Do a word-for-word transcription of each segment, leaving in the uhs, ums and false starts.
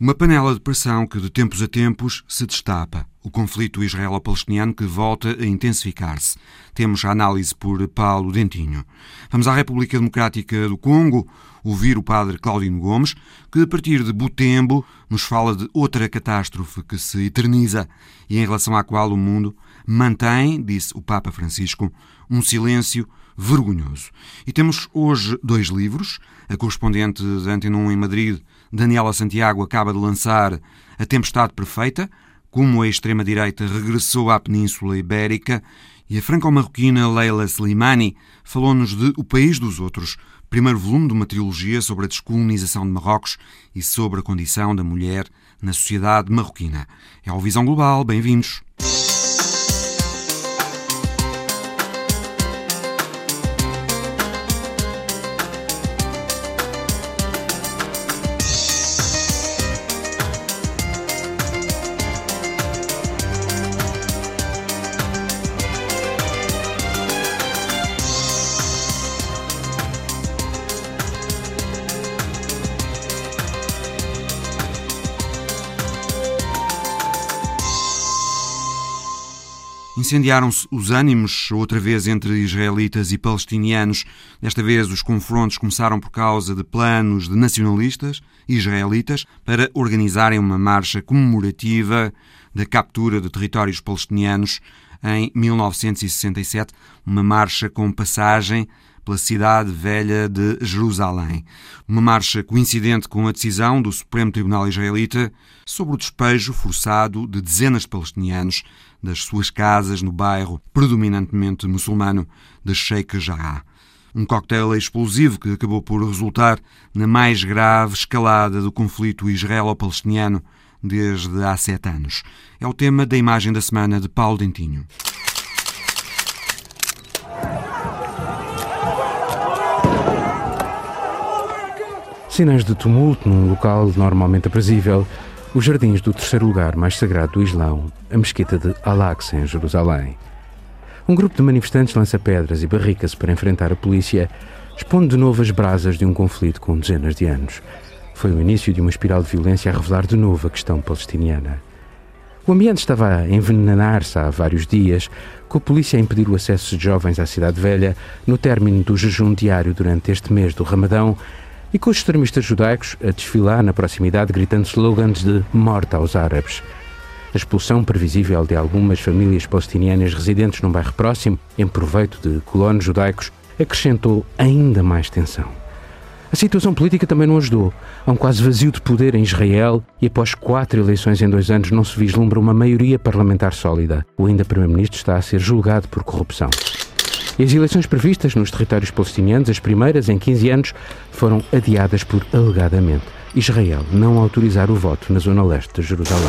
Uma panela de pressão que de tempos a tempos se destapa. O conflito israelo-palestiniano que volta a intensificar-se. Temos a análise por Paulo Dentinho. Vamos à República Democrática do Congo ouvir o padre Claudino Gomes, que a partir de Butembo nos fala de outra catástrofe que se eterniza e em relação à qual o mundo mantém, disse o Papa Francisco, um silêncio vergonhoso. E temos hoje dois livros. A correspondente da Antena um em Madrid, Daniela Santiago, acaba de lançar A Tempestade Perfeita, como a extrema-direita regressou à Península Ibérica, e a franco-marroquina Leila Slimani falou-nos de O País dos Outros, primeiro volume de uma trilogia sobre a descolonização de Marrocos e sobre a condição da mulher na sociedade marroquina. É a Visão Global, bem-vindos. Incendiaram-se os ânimos, outra vez entre israelitas e palestinianos. Desta vez os confrontos começaram por causa de planos de nacionalistas israelitas para organizarem uma marcha comemorativa da captura de territórios palestinianos em mil novecentos e sessenta e sete, uma marcha com passagem pela cidade velha de Jerusalém. Uma marcha coincidente com a decisão do Supremo Tribunal Israelita sobre o despejo forçado de dezenas de palestinianos das suas casas no bairro predominantemente muçulmano de Sheikh Jarrah. Um coquetel explosivo que acabou por resultar na mais grave escalada do conflito israelo-palestiniano desde há sete anos. É o tema da imagem da semana de Paulo Dentinho. Sinais de tumulto num local normalmente aprazível, os jardins do terceiro lugar mais sagrado do Islão, a mesquita de Al-Aqsa, em Jerusalém. Um grupo de manifestantes lança pedras e barrica-se para enfrentar a polícia, expondo de novo as brasas de um conflito com dezenas de anos. Foi o início de uma espiral de violência a revelar de novo a questão palestiniana. O ambiente estava a envenenar-se há vários dias, com a polícia a impedir o acesso de jovens à Cidade Velha no término do jejum diário durante este mês do Ramadão, e com os extremistas judaicos a desfilar na proximidade gritando slogans de morte aos árabes. A expulsão previsível de algumas famílias palestinianas residentes num bairro próximo, em proveito de colonos judaicos, acrescentou ainda mais tensão. A situação política também não ajudou. Há um quase vazio de poder em Israel e após quatro eleições em dois anos não se vislumbra uma maioria parlamentar sólida. O ainda primeiro-ministro está a ser julgado por corrupção. E as eleições previstas nos territórios palestinianos, as primeiras em quinze anos, foram adiadas por, alegadamente, Israel não autorizar o voto na zona leste de Jerusalém.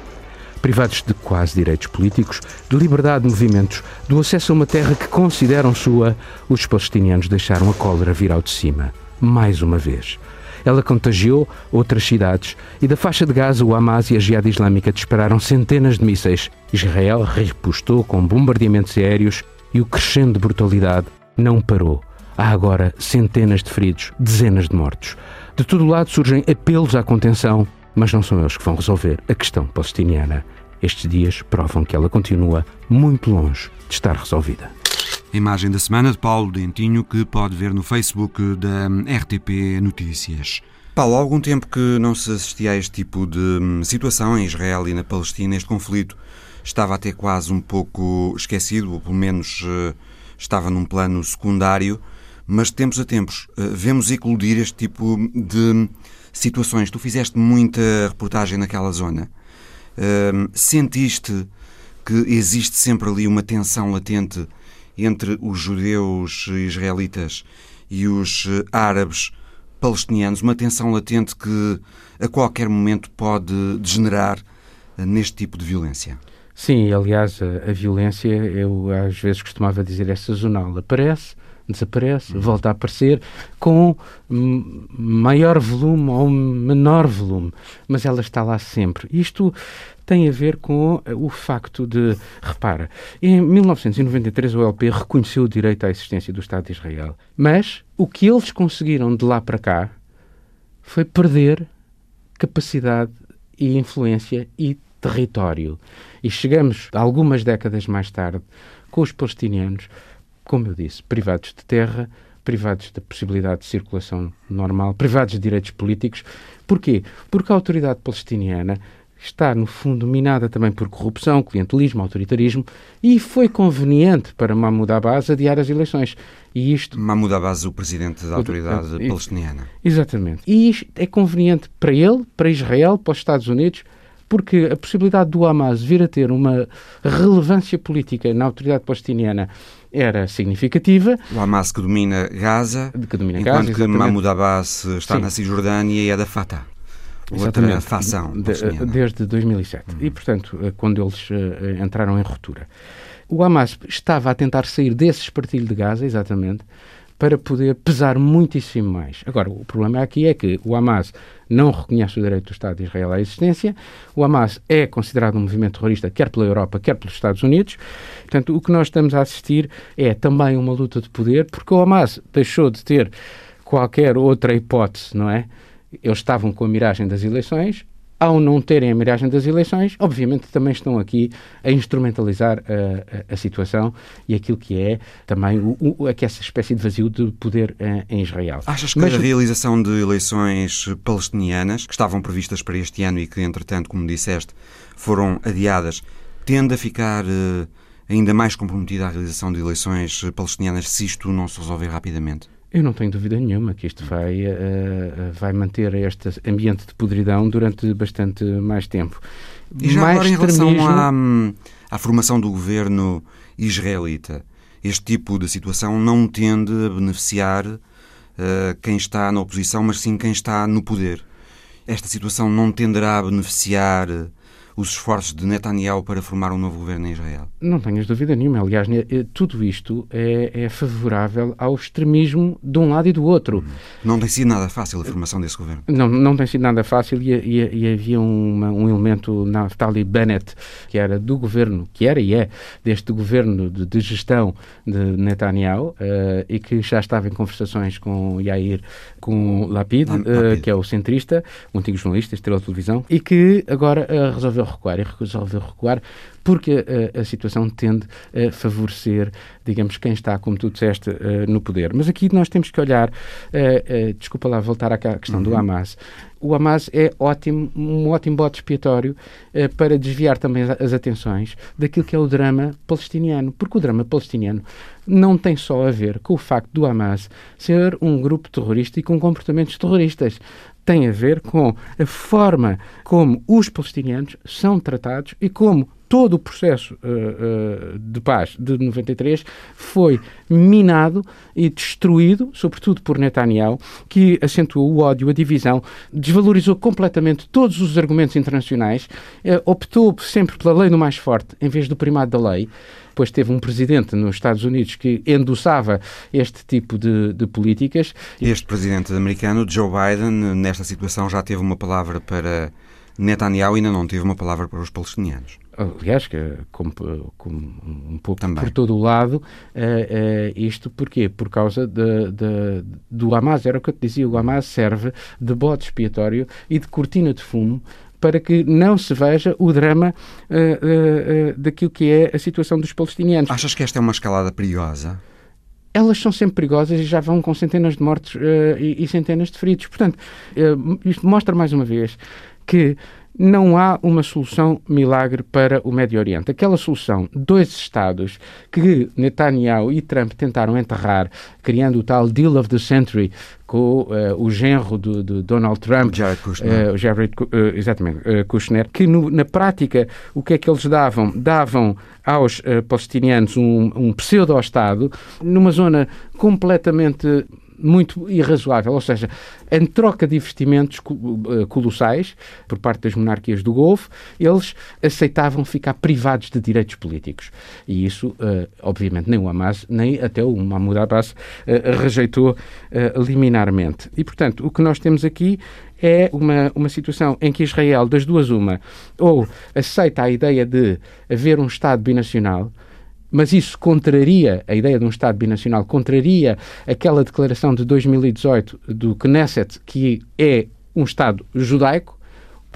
Privados de quase direitos políticos, de liberdade de movimentos, do acesso a uma terra que consideram sua, os palestinianos deixaram a cólera vir ao de cima, mais uma vez. Ela contagiou outras cidades e da faixa de Gaza o Hamas e a Jihad Islâmica dispararam centenas de mísseis. Israel repostou com bombardeamentos aéreos e o crescendo de brutalidade não parou. Há agora centenas de feridos, dezenas de mortos. De todo o lado surgem apelos à contenção, mas não são eles que vão resolver a questão palestiniana. Estes dias provam que ela continua muito longe de estar resolvida. A imagem da semana de Paulo Dentinho, que pode ver no Facebook da R T P Notícias. Paulo, há algum tempo que não se assistia a este tipo de situação em Israel e na Palestina. Este conflito estava até quase um pouco esquecido, ou pelo menos uh, estava num plano secundário, mas de tempos a tempos uh, vemos eclodir este tipo de situações. Tu fizeste muita reportagem naquela zona. Uh, sentiste que existe sempre ali uma tensão latente entre os judeus israelitas e os uh, árabes palestinianos, uma tensão latente que a qualquer momento pode degenerar uh, neste tipo de violência? Sim, aliás, a, a violência, eu às vezes costumava dizer, é sazonal. Aparece, desaparece, uhum. volta a aparecer com maior volume ou menor volume, mas ela está lá sempre. Isto tem a ver com o facto de, repara, em mil novecentos e noventa e três o O L P reconheceu o direito à existência do Estado de Israel, mas o que eles conseguiram de lá para cá foi perder capacidade e influência e território. E chegamos, algumas décadas mais tarde, com os palestinianos, como eu disse, privados de terra, privados da possibilidade de circulação normal, privados de direitos políticos. Porquê? Porque a autoridade palestiniana está, no fundo, minada também por corrupção, clientelismo, autoritarismo, e foi conveniente para Mahmoud Abbas adiar as eleições. E isto... Mahmoud Abbas, o presidente da autoridade e, palestiniana. Exatamente. E isto é conveniente para ele, para Israel, para os Estados Unidos, porque a possibilidade do Hamas vir a ter uma relevância política na autoridade palestiniana era significativa. O Hamas que domina Gaza, que domina enquanto Gaza, que Mahmoud Abbas está Sim. na Cisjordânia e é da Fatah. Exatamente. Outra facção palestiniana. Desde dois mil e sete. Uhum. E, portanto, quando eles uh, entraram em ruptura. O Hamas estava a tentar sair desse espartilho de Gaza, exatamente, para poder pesar muitíssimo mais. Agora, o problema aqui é que o Hamas não reconhece o direito do Estado de Israel à existência. O Hamas é considerado um movimento terrorista quer pela Europa, quer pelos Estados Unidos. Portanto, o que nós estamos a assistir é também uma luta de poder, porque o Hamas deixou de ter qualquer outra hipótese, não é? Eles estavam com a miragem das eleições. Ao não terem a miragem das eleições, obviamente também estão aqui a instrumentalizar a, a, a situação e aquilo que é também o, o, que essa espécie de vazio de poder em, em Israel. Achas que Mas... a realização de eleições palestinianas, que estavam previstas para este ano e que, entretanto, como disseste, foram adiadas, tende a ficar uh, ainda mais comprometida a realização de eleições palestinianas se isto não se resolver rapidamente? Eu não tenho dúvida nenhuma que isto vai, uh, vai manter este ambiente de podridão durante bastante mais tempo. E já mais agora, em extremismo... relação à, à formação do governo israelita, este tipo de situação não tende a beneficiar uh, quem está na oposição, mas sim quem está no poder. Esta situação não tenderá a beneficiar os esforços de Netanyahu para formar um novo governo em Israel? Não tenhas dúvida nenhuma. Aliás, tudo isto é, é favorável ao extremismo de um lado e do outro. Não tem sido nada fácil a formação desse governo? Não, não tem sido nada fácil e, e, e havia uma, um elemento, Naftali Bennett, que era do governo, que era e é, deste governo de, de gestão de Netanyahu, uh, e que já estava em conversações com Yair, com Lapid, Lapid. Uh, que é o centrista, um antigo jornalista, estrela de televisão, e que agora uh, resolveu recuar, e resolveu recuar porque a, a situação tende a favorecer, digamos, quem está, como tu disseste, uh, no poder. Mas aqui nós temos que olhar, uh, uh, desculpa lá voltar à questão uhum. do Hamas. O Hamas é ótimo, um ótimo bode expiatório uh, para desviar também as, as atenções daquilo que é o drama palestiniano, porque o drama palestiniano não tem só a ver com o facto do Hamas ser um grupo terrorista e com comportamentos terroristas. Tem a ver com a forma como os palestinianos são tratados e como todo o processo uh, uh, de paz de noventa e três foi minado e destruído, sobretudo por Netanyahu, que acentuou o ódio, a divisão, desvalorizou completamente todos os argumentos internacionais, uh, optou sempre pela lei do mais forte em vez do primado da lei. Depois teve um presidente nos Estados Unidos que endossava este tipo de, de políticas. Este presidente americano, Joe Biden, nesta situação já teve uma palavra para Netanyahu e ainda não teve uma palavra para os palestinianos. Aliás, que, como, como um pouco Também. por todo o lado, uh, uh, isto porquê? Por causa de, de, do Hamas, era o que eu te dizia, o Hamas serve de bode expiatório e de cortina de fumo para que não se veja o drama uh, uh, uh, daquilo que é a situação dos palestinianos. Achas que esta é uma escalada perigosa? Elas são sempre perigosas e já vão com centenas de mortos uh, e, e centenas de feridos. Portanto, uh, isto mostra mais uma vez que não há uma solução milagre para o Médio Oriente. Aquela solução, dois Estados que Netanyahu e Trump tentaram enterrar, criando o tal Deal of the Century com uh, o genro de, de Donald Trump, Jared Kushner, uh, Jared, uh, exatamente, uh, Kushner, que no, na prática o que é que eles davam? Davam aos uh, palestinianos um, um pseudo-Estado numa zona completamente muito irrazoável, ou seja, em troca de investimentos colossais por parte das monarquias do Golfo, eles aceitavam ficar privados de direitos políticos. E isso, uh, obviamente, nem o Hamas, nem até o Mahmoud Abbas uh, rejeitou uh, liminarmente. E, portanto, o que nós temos aqui é uma, uma situação em que Israel, das duas uma, ou aceita a ideia de haver um Estado binacional, mas isso contraria, a ideia de um Estado binacional, contraria aquela declaração de dois mil e dezoito do Knesset, que é um Estado judaico,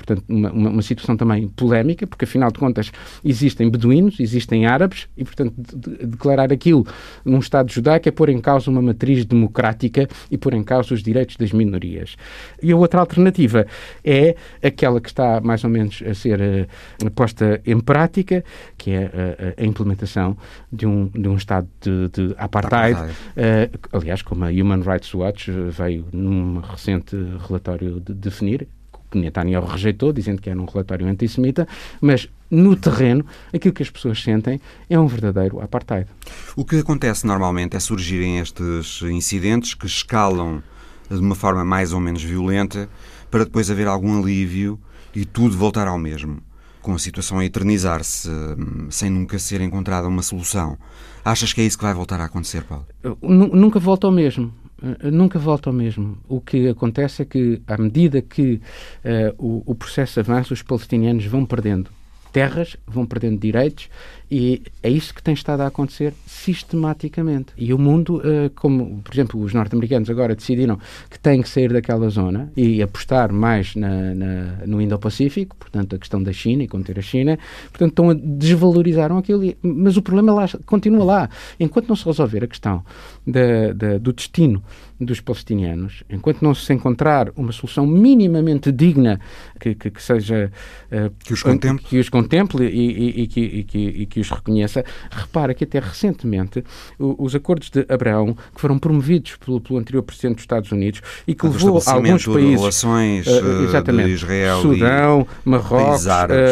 portanto, uma, uma, uma situação também polémica, porque afinal de contas existem beduínos, existem árabes, e portanto de, de, declarar aquilo num Estado judaico é pôr em causa uma matriz democrática e pôr em causa os direitos das minorias. E a outra alternativa é aquela que está mais ou menos a ser uh, posta em prática, que é a, a implementação de um, de um Estado de, de apartheid, uh, aliás, como a Human Rights Watch veio num recente relatório de definir, que Netanyahu rejeitou, dizendo que era um relatório antissemita, mas no terreno, aquilo que as pessoas sentem é um verdadeiro apartheid. O que acontece normalmente é surgirem estes incidentes que escalam de uma forma mais ou menos violenta para depois haver algum alívio e tudo voltar ao mesmo, com a situação a eternizar-se, sem nunca ser encontrada uma solução. Achas que é isso que vai voltar a acontecer, Paulo? Nunca volta ao mesmo. Nunca volta ao mesmo. O que acontece é que, à medida que uh, o, o processo avança, os palestinianos vão perdendo terras, vão perdendo direitos, e é isso que tem estado a acontecer sistematicamente. E o mundo, uh, como, por exemplo, os norte-americanos agora decidiram que têm que sair daquela zona e apostar mais na, na, no Indo-Pacífico, portanto, a questão da China e conter a China, portanto, estão a desvalorizaram aquilo, e, mas o problema lá, continua lá. Enquanto não se resolver a questão da, da, do destino dos palestinianos, enquanto não se encontrar uma solução minimamente digna que, que, que seja uh, que os contemple, que os contemple e, e, e, que, e, que, e que os reconheça. Repara que até recentemente o, os acordos de Abraão, que foram promovidos pelo, pelo anterior Presidente dos Estados Unidos e que levou a alguns países, relações uh, exatamente, de Israel, Sudão, Marrocos, uh,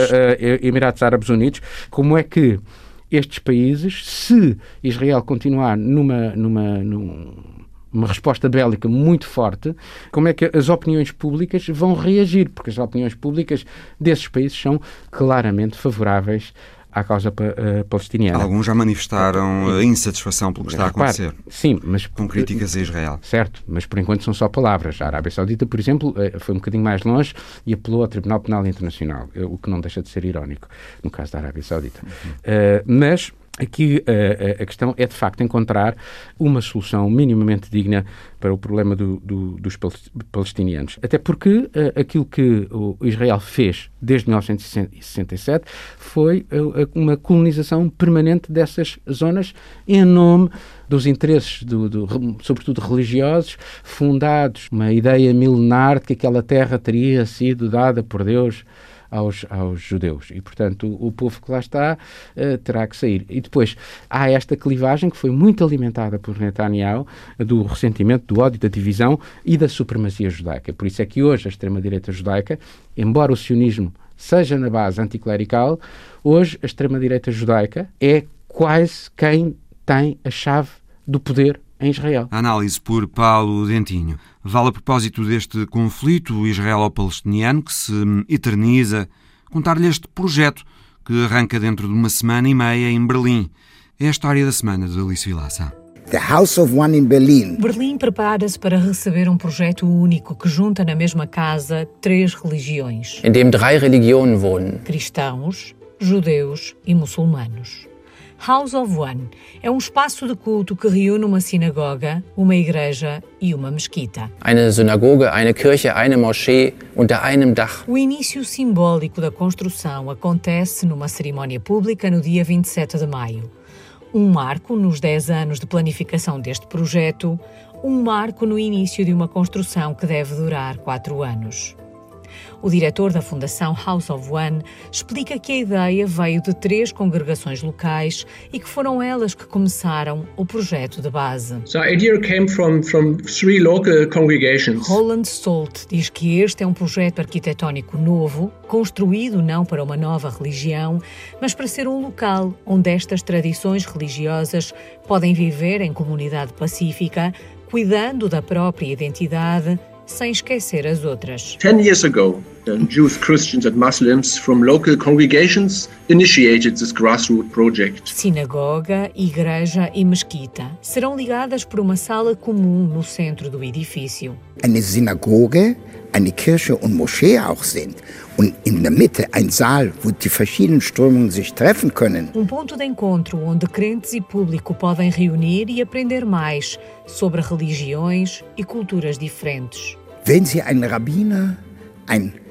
uh, Emirados Árabes Unidos, como é que estes países, se Israel continuar numa, numa, num uma resposta bélica muito forte, como é que as opiniões públicas vão reagir? Porque as opiniões públicas desses países são claramente favoráveis à causa uh, palestiniana. Alguns já manifestaram uh, insatisfação pelo que está a acontecer. Sim, mas com críticas a Israel. Certo, mas por enquanto são só palavras. A Arábia Saudita, por exemplo, foi um bocadinho mais longe e apelou ao Tribunal Penal Internacional, o que não deixa de ser irónico, no caso da Arábia Saudita. Uhum. Uh, mas aqui a, a questão é, de facto, encontrar uma solução minimamente digna para o problema do, do, dos palestinianos. Até porque uh, aquilo que o Israel fez desde mil novecentos e sessenta e sete foi uh, uma colonização permanente dessas zonas em nome dos interesses, do, do, sobretudo religiosos, fundados uma ideia milenar de que aquela terra teria sido dada por Deus Aos, aos judeus. E, portanto, o, o povo que lá está uh, terá que sair. E depois há esta clivagem que foi muito alimentada por Netanyahu, do ressentimento, do ódio, da divisão e da supremacia judaica. Por isso é que hoje a extrema-direita judaica, embora o sionismo seja na base anticlerical, hoje a extrema-direita judaica é quase quem tem a chave do poder em Israel. A análise por Paulo Dentinho. Vale a propósito deste conflito israelo-palestiniano que se eterniza, contar-lhe este projeto que arranca dentro de uma semana e meia em Berlim. É a história da semana de Alice Vilaça. The House of One in Berlin. Berlim prepara-se para receber um projeto único que junta na mesma casa três religiões. Em dem drei Religionen wohnen. Cristãos, judeus e muçulmanos. House of One é um espaço de culto que reúne uma sinagoga, uma igreja e uma mesquita. Eine Synagoge, eine Kirche, eine Moschee unter einem Dach. O início simbólico da construção acontece numa cerimónia pública no dia vinte e sete de maio. Um marco nos dez anos de planificação deste projeto, um marco no início de uma construção que deve durar quatro anos. O diretor da Fundação House of One explica que a ideia veio de três congregações locais e que foram elas que começaram o projeto de base. So the idea came from, from three local congregations. Roland Stolt diz que este é um projeto arquitetónico novo, construído não para uma nova religião, mas para ser um local onde estas tradições religiosas podem viver em comunidade pacífica, cuidando da própria identidade, sem esquecer as outras. Ten years ago, the Jews, Christians and Muslims from local congregations initiated this grassroots project. Sinagoga, igreja e mesquita serão ligadas por uma sala comum no centro do edifício. Eine Synagoge, eine Kirche und Moschee auch sind. Und in der Mitte ein Saal, wo die verschiedenen Strömungen sich treffen können. Um ponto de encontro onde crentes e público podem reunir e aprender mais sobre religiões e culturas diferentes. Wenn Sie einen Rabbiner, einen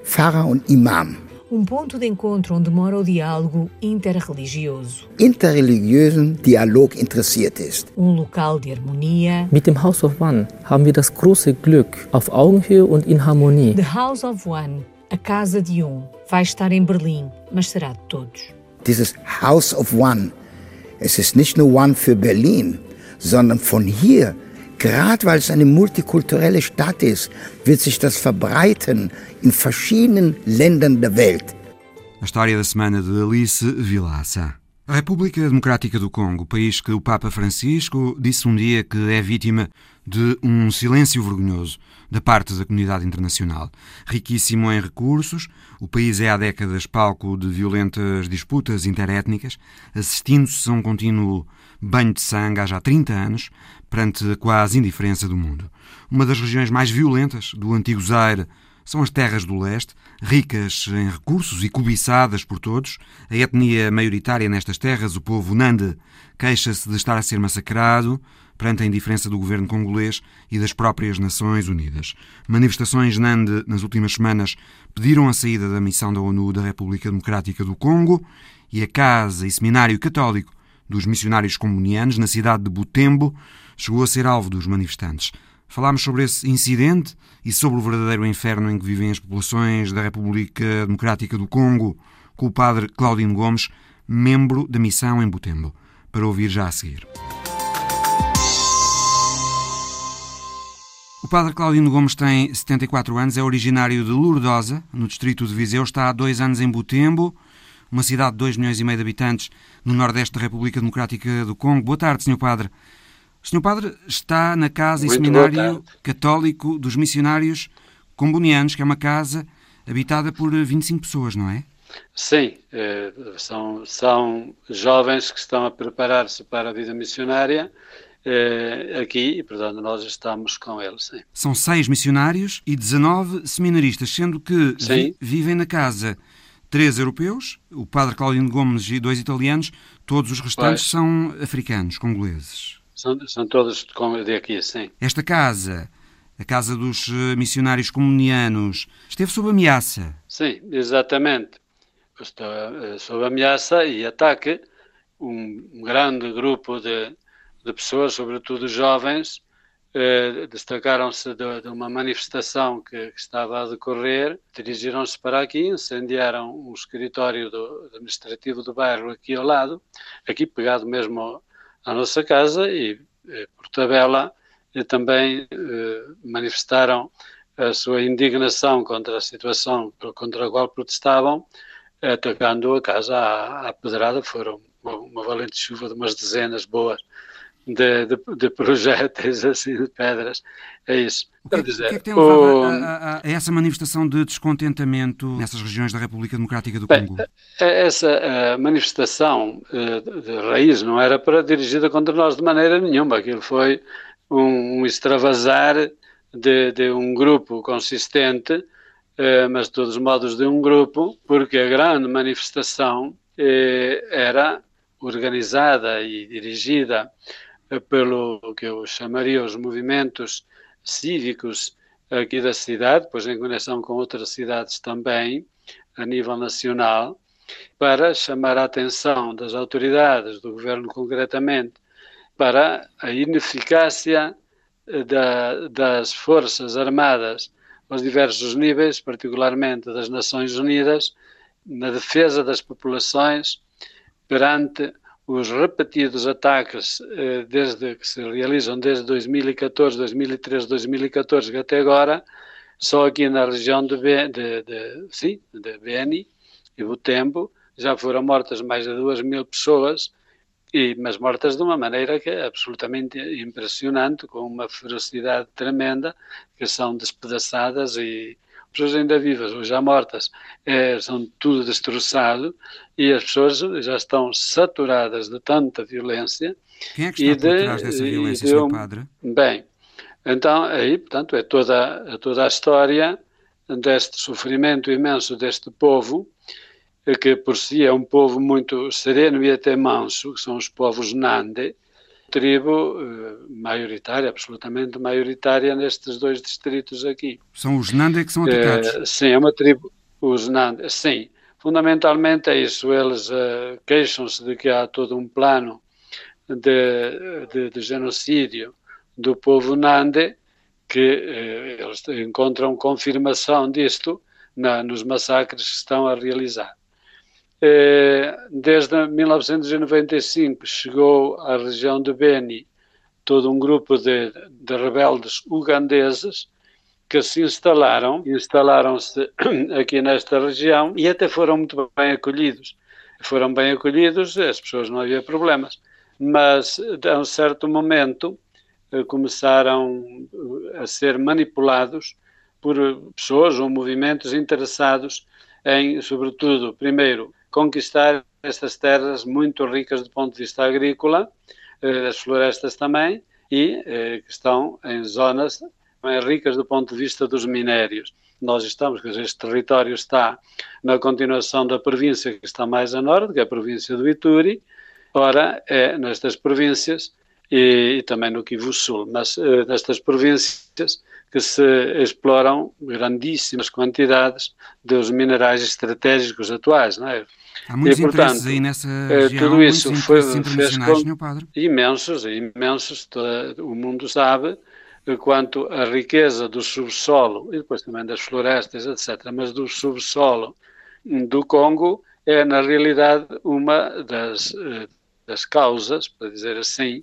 Pfarrer und Imam. Um ponto de encontro onde mora o diálogo interreligioso. Interreligiösen Dialog interessiert ist. Um local de harmonia. Mit dem House of One haben wir das große Glück, auf Augenhöhe und in Harmonie. The House of One, a casa de um, vai estar em Berlim, mas será de todos. Dieses House of One, es ist nicht nur One für Berlin, sondern von hier, gerade weil es eine multikulturelle Stadt ist, wird sich das verbreiten in verschiedenen Ländern der Welt. A história da semana de Alice Vilaça. A República Democrática do Congo, país que o Papa Francisco disse um dia que é vítima de um silêncio vergonhoso da parte da comunidade internacional. Riquíssimo em recursos, o país é há décadas palco de violentas disputas interétnicas, assistindo-se a um contínuo banho de sangue há já trinta anos, perante a quase indiferença do mundo. Uma das regiões mais violentas do antigo Zaire são as terras do leste, ricas em recursos e cobiçadas por todos. A etnia maioritária nestas terras, o povo Nande, queixa-se de estar a ser massacrado perante a indiferença do governo congolês e das próprias Nações Unidas. Manifestações Nande, nas últimas semanas, pediram a saída da missão da ONU da República Democrática do Congo e a casa e seminário católico dos missionários comunianos, na cidade de Butembo, chegou a ser alvo dos manifestantes. Falámos sobre esse incidente e sobre o verdadeiro inferno em que vivem as populações da República Democrática do Congo com o padre Claudino Gomes, membro da missão em Butembo, para ouvir já a seguir. O padre Claudino Gomes tem setenta e quatro anos, é originário de Lourdosa, no distrito de Viseu, está há dois anos em Butembo, uma cidade de dois milhões e meio de habitantes no nordeste da República Democrática do Congo. Boa tarde, senhor Padre. O senhor Padre está na casa e seminário católico dos missionários combonianos, que é uma casa habitada por vinte e cinco pessoas, não é? Sim, são, são jovens que estão a preparar-se para a vida missionária aqui e, portanto, nós estamos com eles. Sim. São seis missionários e dezanove seminaristas, sendo que vi, vivem na casa três europeus, o padre Claudino Gomes e dois italianos, todos os restantes pois. São africanos, congoleses. São, são todos de aqui, sim. Esta casa, a casa dos missionários comunianos, esteve sob ameaça. Sim, exatamente. Estou sob ameaça e ataque. Um, um grande grupo de, de pessoas, sobretudo jovens, eh, destacaram-se de, de uma manifestação que, que estava a decorrer, dirigiram-se para aqui, incendiaram um escritório do, administrativo do bairro aqui ao lado, aqui pegado mesmo à nossa casa e, por tabela, e também eh, manifestaram a sua indignação contra a situação contra a qual protestavam, atacando a casa à, à pedrada. Foram uma, uma valente chuva de umas dezenas boas de, de, de projéteis, assim, de pedras. É isso. O que, Quer dizer, o que é que tem levado o... a, a, a essa manifestação de descontentamento nessas regiões da República Democrática do Congo? Bem, essa a manifestação de, de raiz não era para dirigida contra nós de maneira nenhuma. Aquilo foi um, um extravasar de, de um grupo consistente, eh, mas de todos os modos de um grupo, porque a grande manifestação eh, era organizada e dirigida eh, pelo que eu chamaria os movimentos cívicos aqui da cidade, depois em conexão com outras cidades também, a nível nacional, para chamar a atenção das autoridades, do governo concretamente, para a ineficácia da, das forças armadas aos diversos níveis, particularmente das Nações Unidas, na defesa das populações perante os repetidos ataques desde que se realizam desde dois mil e catorze, dois mil e treze, dois mil e catorze até agora, só aqui na região de, B, de, de, sim, de Beni e Butembo já foram mortas mais de duas mil pessoas, e, mas mortas de uma maneira que é absolutamente impressionante, com uma ferocidade tremenda, que são despedaçadas e pessoas ainda vivas ou já mortas, é, são tudo destroçado e as pessoas já estão saturadas de tanta violência. Quem é que está por trás dessa violência, de, senhor Padre? Bem, então aí, portanto, é toda, é toda a história deste sofrimento imenso deste povo, que por si é um povo muito sereno e até manso, que são os povos Nande, tribo uh, maioritária, absolutamente maioritária nestes dois distritos aqui. São os Nande que são atacados? Uh, sim, é uma tribo, os Nandes, sim, fundamentalmente é isso, eles uh, queixam-se de que há todo um plano de, de, de genocídio do povo Nande, que uh, eles encontram confirmação disto na, nos massacres que estão a realizar. Desde mil novecentos e noventa e cinco chegou à região de Beni todo um grupo de, de rebeldes ugandeses que se instalaram, instalaram-se aqui nesta região e até foram muito bem acolhidos. Foram bem acolhidos, as pessoas não havia problemas, mas a um certo momento começaram a ser manipulados por pessoas ou movimentos interessados em, sobretudo, primeiro, conquistar estas terras muito ricas do ponto de vista agrícola, as florestas também, e eh, que estão em zonas bem ricas do ponto de vista dos minérios. Nós estamos, quer dizer, este território está na continuação da província que está mais a norte, que é a província do Ituri, ora, é nestas províncias, e, e também no Kivu Sul, mas eh, nestas províncias que se exploram grandíssimas quantidades dos minerais estratégicos atuais, não é? Há muitos e, portanto, interesses aí nessa região, tudo isso muitos foi, interesses fez internacionais, com, senhor Padre? Imensos, imensos, todo, o mundo sabe quanto a riqueza do subsolo, e depois também das florestas, etcétera, mas do subsolo do Congo é, na realidade, uma das, das causas, para dizer assim,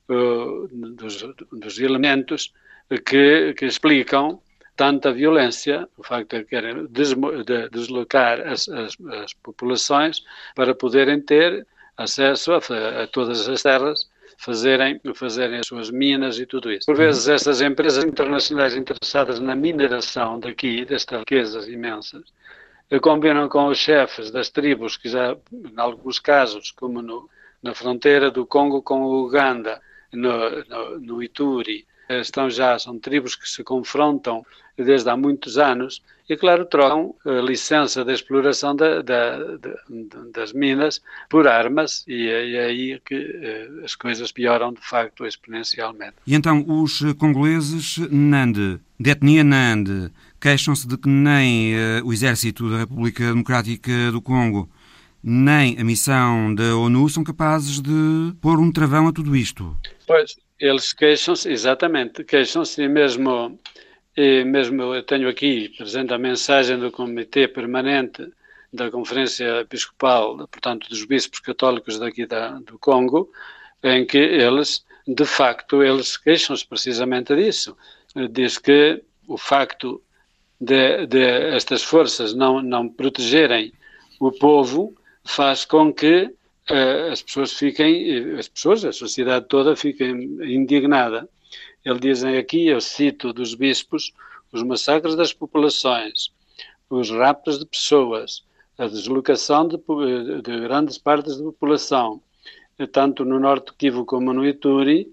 dos, dos elementos que, que explicam tanta violência, o facto de querem de deslocar as, as, as populações para poderem ter acesso a, a todas as terras, fazerem, fazerem as suas minas e tudo isso. Por vezes essas empresas internacionais interessadas na mineração daqui, destas riquezas imensas, combinam com os chefes das tribos que já, em alguns casos, como no, na fronteira do Congo com o Uganda, no, no, no Ituri, estão já, são tribos que se confrontam desde há muitos anos e, claro, trocam a licença de exploração da, da, de, das minas por armas e é, é aí que eh, as coisas pioram, de facto, exponencialmente. E então os congoleses Nande, de etnia Nande, queixam-se de que nem eh, o exército da República Democrática do Congo nem a missão da ONU são capazes de pôr um travão a tudo isto. Pois, eles queixam-se, exatamente, queixam-se e mesmo, e mesmo eu tenho aqui presente a mensagem do Comitê Permanente da Conferência Episcopal, portanto dos bispos católicos daqui da, do Congo, em que eles, de facto, eles queixam-se precisamente disso. Diz que o facto de, de estas forças não, não protegerem o povo faz com que Uh, as pessoas fiquem, as pessoas, a sociedade toda fiquem indignada. Eles dizem aqui, eu cito dos bispos, os massacres das populações, os raptos de pessoas, a deslocação de, de grandes partes da população, tanto no norte do Kivu como no Ituri,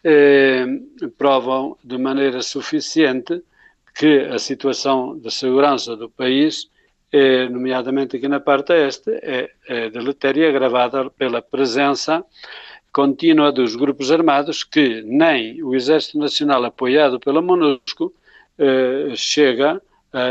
eh, provam de maneira suficiente que a situação de segurança do país, É, nomeadamente aqui na parte este, é, é deletéria, agravada pela presença contínua dos grupos armados que nem o Exército Nacional apoiado pela MONUSCO eh, chega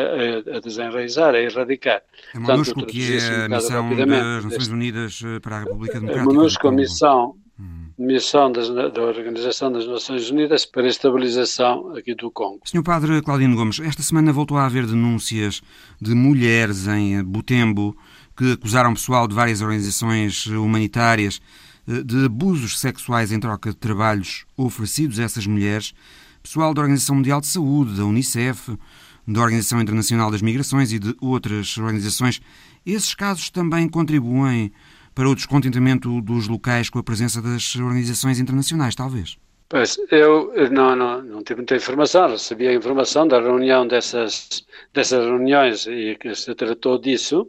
a, a desenraizar, a erradicar. A MONUSCO, que é a missão das Nações Unidas para a República Democrática. A MONUSCO, a missão, missão das, da Organização das Nações Unidas para a estabilização aqui do Congo. senhor Padre Claudino Gomes, esta semana voltou a haver denúncias de mulheres em Butembo que acusaram pessoal de várias organizações humanitárias de abusos sexuais em troca de trabalhos oferecidos a essas mulheres, pessoal da Organização Mundial de Saúde, da Unicef, da Organização Internacional das Migrações e de outras organizações. Esses casos também contribuem para o descontentamento dos locais com a presença das organizações internacionais, talvez? Pois, eu não, não, não tive muita informação, recebi a informação da reunião dessas, dessas reuniões e que se tratou disso,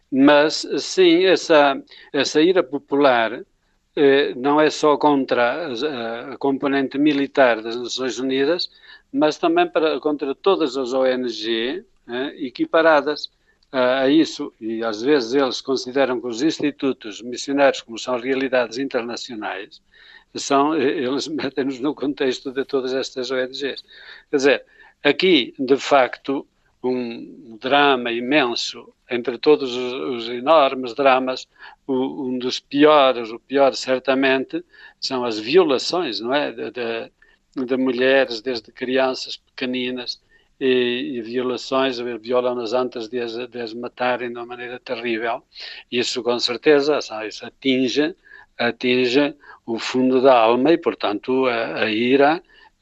mas sim, essa, essa ira popular eh, não é só contra a, a componente militar das Nações Unidas, mas também para, contra todas as O N G eh, equiparadas a isso, e às vezes eles consideram que os institutos missionários, como são realidades internacionais, são, eles metem-nos no contexto de todas estas O N Gs. Quer dizer, aqui, de facto, um drama imenso, entre todos os, os enormes dramas, o, um dos piores, o pior certamente, são as violações, não é, de, de, de mulheres desde crianças pequeninas, e, e violações, violam-nas antes de as, de as matarem de uma maneira terrível. Isso com certeza, isso atinge, atinge o fundo da alma e, portanto, a, a ira,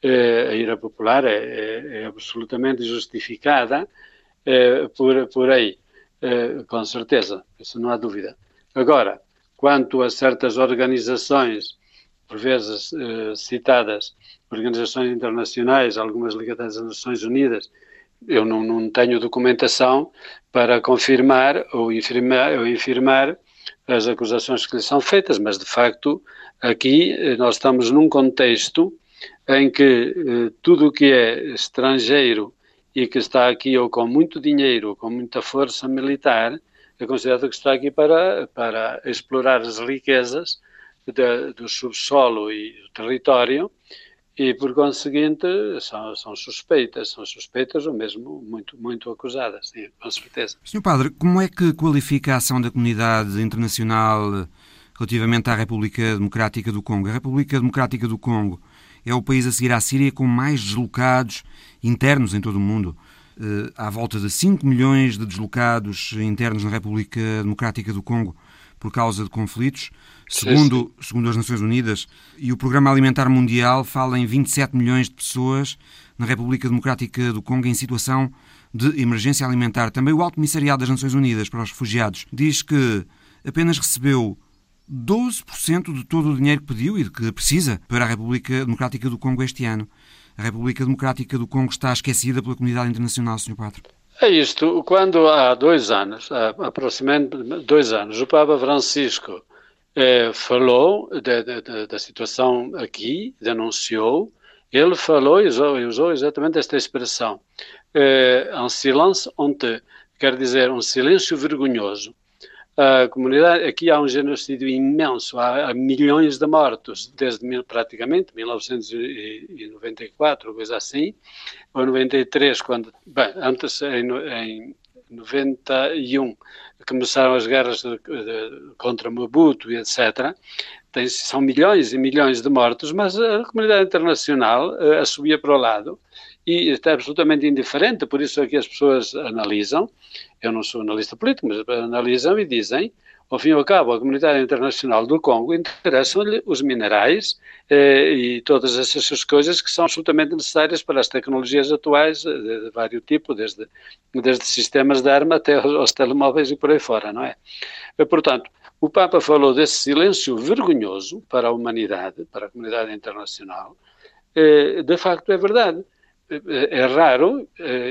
a ira popular é, é, é absolutamente justificada é, por, por aí, é, com certeza, isso não há dúvida. Agora, quanto a certas organizações, por vezes é, citadas, organizações internacionais, algumas ligadas às Nações Unidas, eu não, não tenho documentação para confirmar ou infirmar, ou infirmar as acusações que lhe são feitas, mas de facto aqui nós estamos num contexto em que eh, tudo o que é estrangeiro e que está aqui ou com muito dinheiro ou com muita força militar é considerado que está aqui para, para explorar as riquezas de, do subsolo e do território e, por conseguinte, são, são suspeitas, são suspeitas ou mesmo muito, muito acusadas, sim, com certeza. senhor Padre, como é que qualifica a ação da comunidade internacional relativamente à República Democrática do Congo? A República Democrática do Congo é o país a seguir à Síria com mais deslocados internos em todo o mundo. Uh, há volta de cinco milhões de deslocados internos na República Democrática do Congo por causa de conflitos, segundo, sim, sim. segundo as Nações Unidas, e o Programa Alimentar Mundial fala em vinte e sete milhões de pessoas na República Democrática do Congo em situação de emergência alimentar. Também o Alto Comissariado das Nações Unidas para os Refugiados diz que apenas recebeu doze por cento de todo o dinheiro que pediu e de que precisa para a República Democrática do Congo este ano. A República Democrática do Congo está esquecida pela comunidade internacional, senhor Padre? É isto. Quando há dois anos, há aproximadamente dois anos, o Papa Francisco eh, falou de, de, de, da situação aqui, denunciou, ele falou e usou, usou exatamente esta expressão, eh, um silêncio honte, quer dizer, um silêncio vergonhoso. A comunidade, aqui há um genocídio imenso, há, há milhões de mortos, desde mil, praticamente mil novecentos e noventa e quatro, coisa assim, ou noventa e três, quando, bem, antes, em, em noventa e um, começaram as guerras de, de, contra Mobutu e etcétera. Tem, são milhões e milhões de mortos, mas a comunidade internacional uh, assobia para o lado e está absolutamente indiferente, por isso é que as pessoas analisam, eu não sou analista político, mas analisam e dizem, ao fim e ao cabo, a comunidade internacional do Congo interessam-lhe os minerais eh, e todas essas coisas que são absolutamente necessárias para as tecnologias atuais de, de vários tipos, desde, desde sistemas de arma até aos, aos telemóveis e por aí fora, não é? E, portanto, o Papa falou desse silêncio vergonhoso para a humanidade, para a comunidade internacional. Eh, de facto, é verdade. É raro,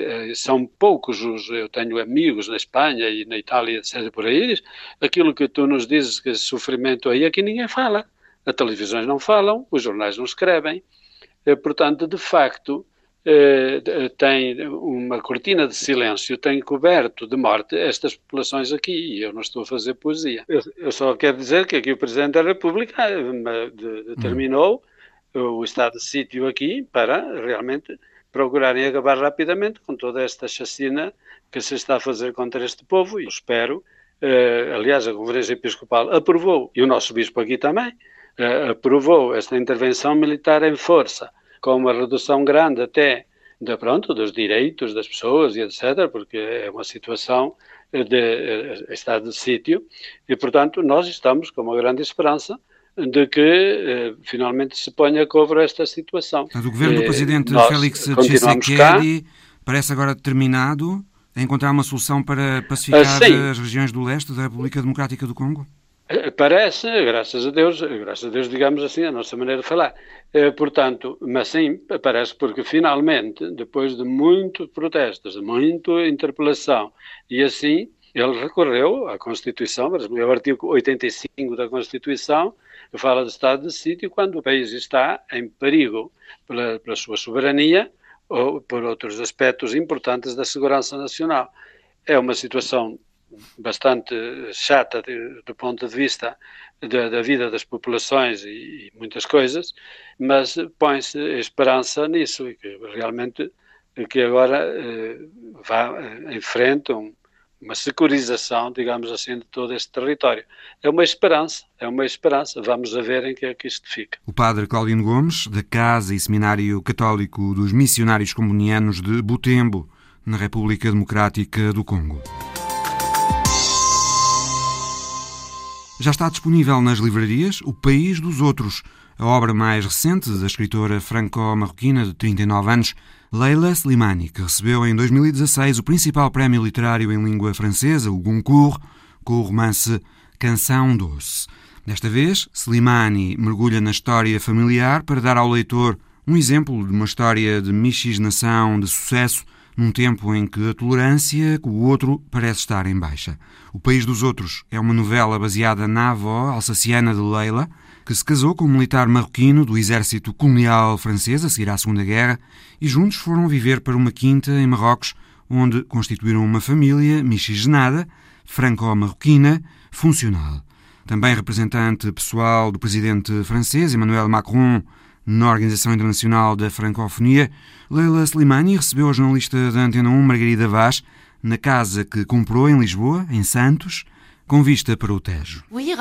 são poucos os, eu tenho amigos na Espanha e na Itália, etcétera, por aí, aquilo que tu nos dizes que é sofrimento aí, aqui ninguém fala, as televisões não falam, os jornais não escrevem, portanto, de facto, tem uma cortina de silêncio, tem coberto de morte estas populações aqui, e eu não estou a fazer poesia. Eu só quero dizer que aqui o Presidente da República determinou o estado de sítio aqui para realmente procurarem acabar rapidamente com toda esta chacina que se está a fazer contra este povo, e espero, eh, aliás, a Conferência Episcopal aprovou, e o nosso Bispo aqui também, eh, aprovou esta intervenção militar em força, com uma redução grande até de, pronto, dos direitos das pessoas e etcétera, porque é uma situação de eh, estado de sítio, e, portanto, nós estamos com uma grande esperança de que eh, finalmente se ponha a cobro esta situação. Mas o governo do eh, presidente Félix Tshisekedi parece agora determinado a encontrar uma solução para pacificar ah, as regiões do leste da República Democrática do Congo? Parece, graças a Deus, graças a Deus, digamos assim, a nossa maneira de falar. Eh, portanto, mas sim, parece porque finalmente, depois de muitos protestos, de muita interpelação, e assim, ele recorreu à Constituição, o artigo oitenta e cinco da Constituição, que fala de estado de sítio quando o país está em perigo pela, pela sua soberania ou por outros aspectos importantes da segurança nacional. É uma situação bastante chata de, do ponto de vista da, da vida das populações e, e muitas coisas, mas põe-se esperança nisso e que realmente que agora eh, vá, eh, enfrentam uma securização, digamos assim, de todo este território. É uma esperança, é uma esperança. Vamos a ver em que é que isto fica. O padre Claudino Gomes, da Casa e Seminário Católico dos Missionários Comunianos de Butembo, na República Democrática do Congo. Já está disponível nas livrarias O País dos Outros, a obra mais recente da escritora franco-marroquina de trinta e nove anos, Leila Slimani, que recebeu em dois mil e dezasseis o principal prémio literário em língua francesa, o Goncourt, com o romance Canção Doce. Desta vez, Slimani mergulha na história familiar para dar ao leitor um exemplo de uma história de miscigenação de sucesso num tempo em que a tolerância com o outro parece estar em baixa. O País dos Outros é uma novela baseada na avó alsaciana de Leila, que se casou com um militar marroquino do exército colonial francês a seguir à Segunda Guerra e juntos foram viver para uma quinta em Marrocos, onde constituíram uma família miscigenada, franco-marroquina, funcional. Também representante pessoal do presidente francês Emmanuel Macron na Organização Internacional da Francofonia, Leila Slimani recebeu a jornalista da Antena um, Margarida Vaz, na casa que comprou em Lisboa, em Santos, com vista para o Tejo.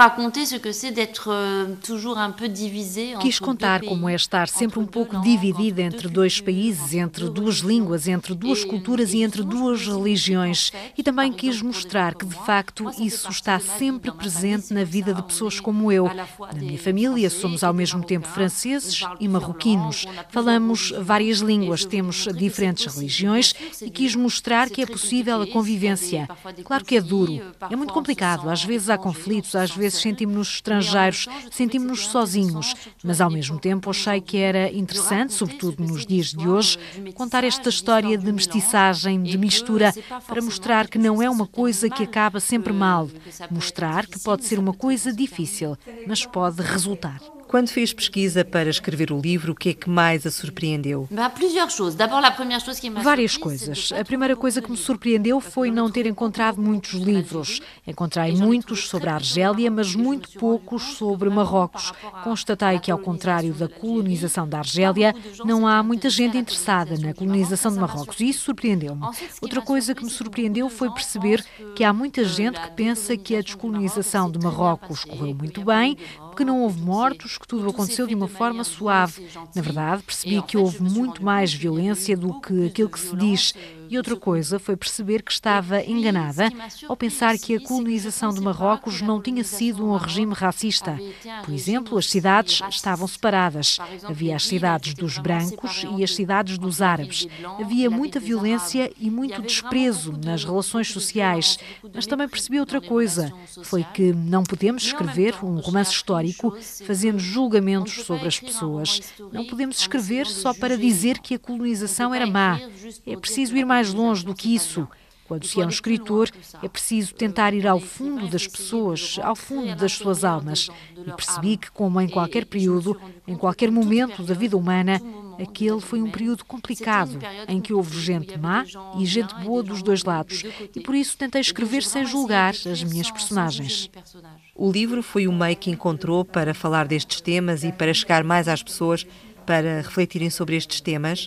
Quis contar como é estar sempre um pouco dividida entre dois países, entre duas línguas, entre duas culturas e entre duas religiões. E também quis mostrar que, de facto, isso está sempre presente na vida de pessoas como eu. Na minha família, somos ao mesmo tempo franceses e marroquinos. Falamos várias línguas, temos diferentes religiões e quis mostrar que é possível a convivência. Claro que é duro, é muito complicado. Às vezes há conflitos, às vezes sentimos-nos estrangeiros, sentimos-nos sozinhos, mas ao mesmo tempo achei que era interessante, sobretudo nos dias de hoje, contar esta história de mestiçagem, de mistura, para mostrar que não é uma coisa que acaba sempre mal, mostrar que pode ser uma coisa difícil, mas pode resultar. Quando fez pesquisa para escrever o livro, o que é que mais a surpreendeu? Várias coisas. A primeira coisa que me surpreendeu foi não ter encontrado muitos livros. Encontrei muitos sobre a Argélia, mas muito poucos sobre Marrocos. Constatei que, ao contrário da colonização da Argélia, não há muita gente interessada na colonização de Marrocos. E isso surpreendeu-me. Outra coisa que me surpreendeu foi perceber que há muita gente que pensa que a descolonização de Marrocos correu muito bem, que não houve mortos, que tudo aconteceu de uma forma suave. Na verdade, percebi que houve muito mais violência do que aquilo que se diz. E outra coisa foi perceber que estava enganada ao pensar que a colonização de Marrocos não tinha sido um regime racista. Por exemplo, as cidades estavam separadas. Havia as cidades dos brancos e as cidades dos árabes. Havia muita violência e muito desprezo nas relações sociais. Mas também percebi outra coisa. Foi que não podemos escrever um romance histórico fazendo julgamentos sobre as pessoas. Não podemos escrever só para dizer que a colonização era má. É preciso ir mais longe do que isso. Quando se é um escritor, é preciso tentar ir ao fundo das pessoas, ao fundo das suas almas. E percebi que, como em qualquer período, em qualquer momento da vida humana, aquele foi um período complicado, em que houve gente má e gente boa dos dois lados. E por isso tentei escrever sem julgar as minhas personagens. O livro foi o meio que encontrou para falar destes temas e para chegar mais às pessoas, para refletirem sobre estes temas?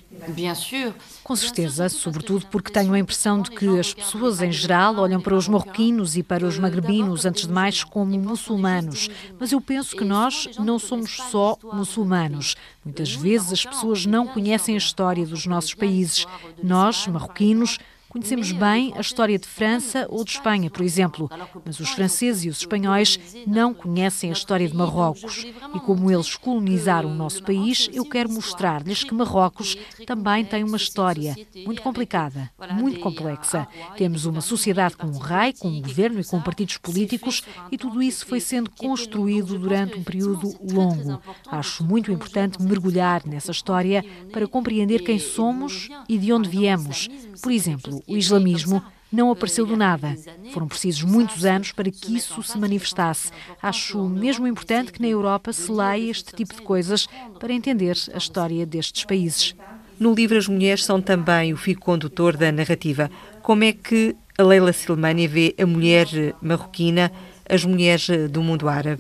Com certeza, sobretudo porque tenho a impressão de que as pessoas em geral olham para os marroquinos e para os magrebinos, antes de mais, como muçulmanos. Mas eu penso que nós não somos só muçulmanos. Muitas vezes as pessoas não conhecem a história dos nossos países. Nós, marroquinos, conhecemos bem a história de França ou de Espanha, por exemplo, mas os franceses e os espanhóis não conhecem a história de Marrocos. E como eles colonizaram o nosso país, eu quero mostrar-lhes que Marrocos também tem uma história muito complicada, muito complexa. Temos uma sociedade com um rei, com um governo e com partidos políticos, e tudo isso foi sendo construído durante um período longo. Acho muito importante mergulhar nessa história para compreender quem somos e de onde viemos. Por exemplo, o islamismo não apareceu do nada. Foram precisos muitos anos para que isso se manifestasse. Acho mesmo importante que na Europa se leia este tipo de coisas para entender a história destes países. No livro, as mulheres são também o fio condutor da narrativa. Como é que a Leila Slimani vê a mulher marroquina, as mulheres do mundo árabe?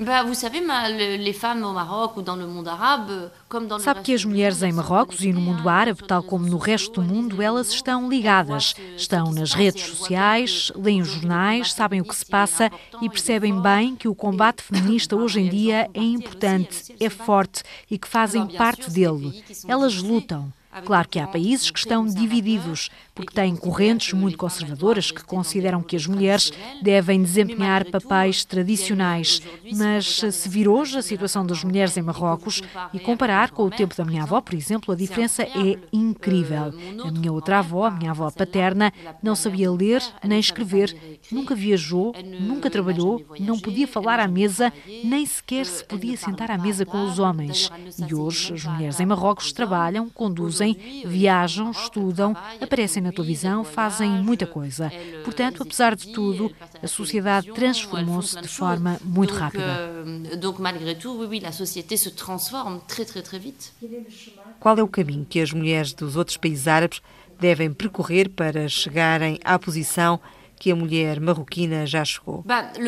Sabe que as mulheres em Marrocos e no mundo árabe, tal como no resto do mundo, elas estão ligadas. Estão nas redes sociais, leem os jornais, sabem o que se passa e percebem bem que o combate feminista hoje em dia é importante, é forte e que fazem parte dele. Elas lutam. Claro que há países que estão divididos, porque têm correntes muito conservadoras que consideram que as mulheres devem desempenhar papéis tradicionais. Mas se vir hoje a situação das mulheres em Marrocos e comparar com o tempo da minha avó, por exemplo, a diferença é incrível. A minha outra avó, a minha avó paterna, não sabia ler nem escrever, nunca viajou, nunca trabalhou, não podia falar à mesa, nem sequer se podia sentar à mesa com os homens. E hoje as mulheres em Marrocos trabalham, conduzem, viajam, estudam, aparecem na televisão, fazem muita coisa. Portanto, apesar de tudo, a sociedade transformou-se de forma muito rápida. Qual é o caminho que as mulheres dos outros países árabes devem percorrer para chegarem à posição que a mulher marroquina já chegou?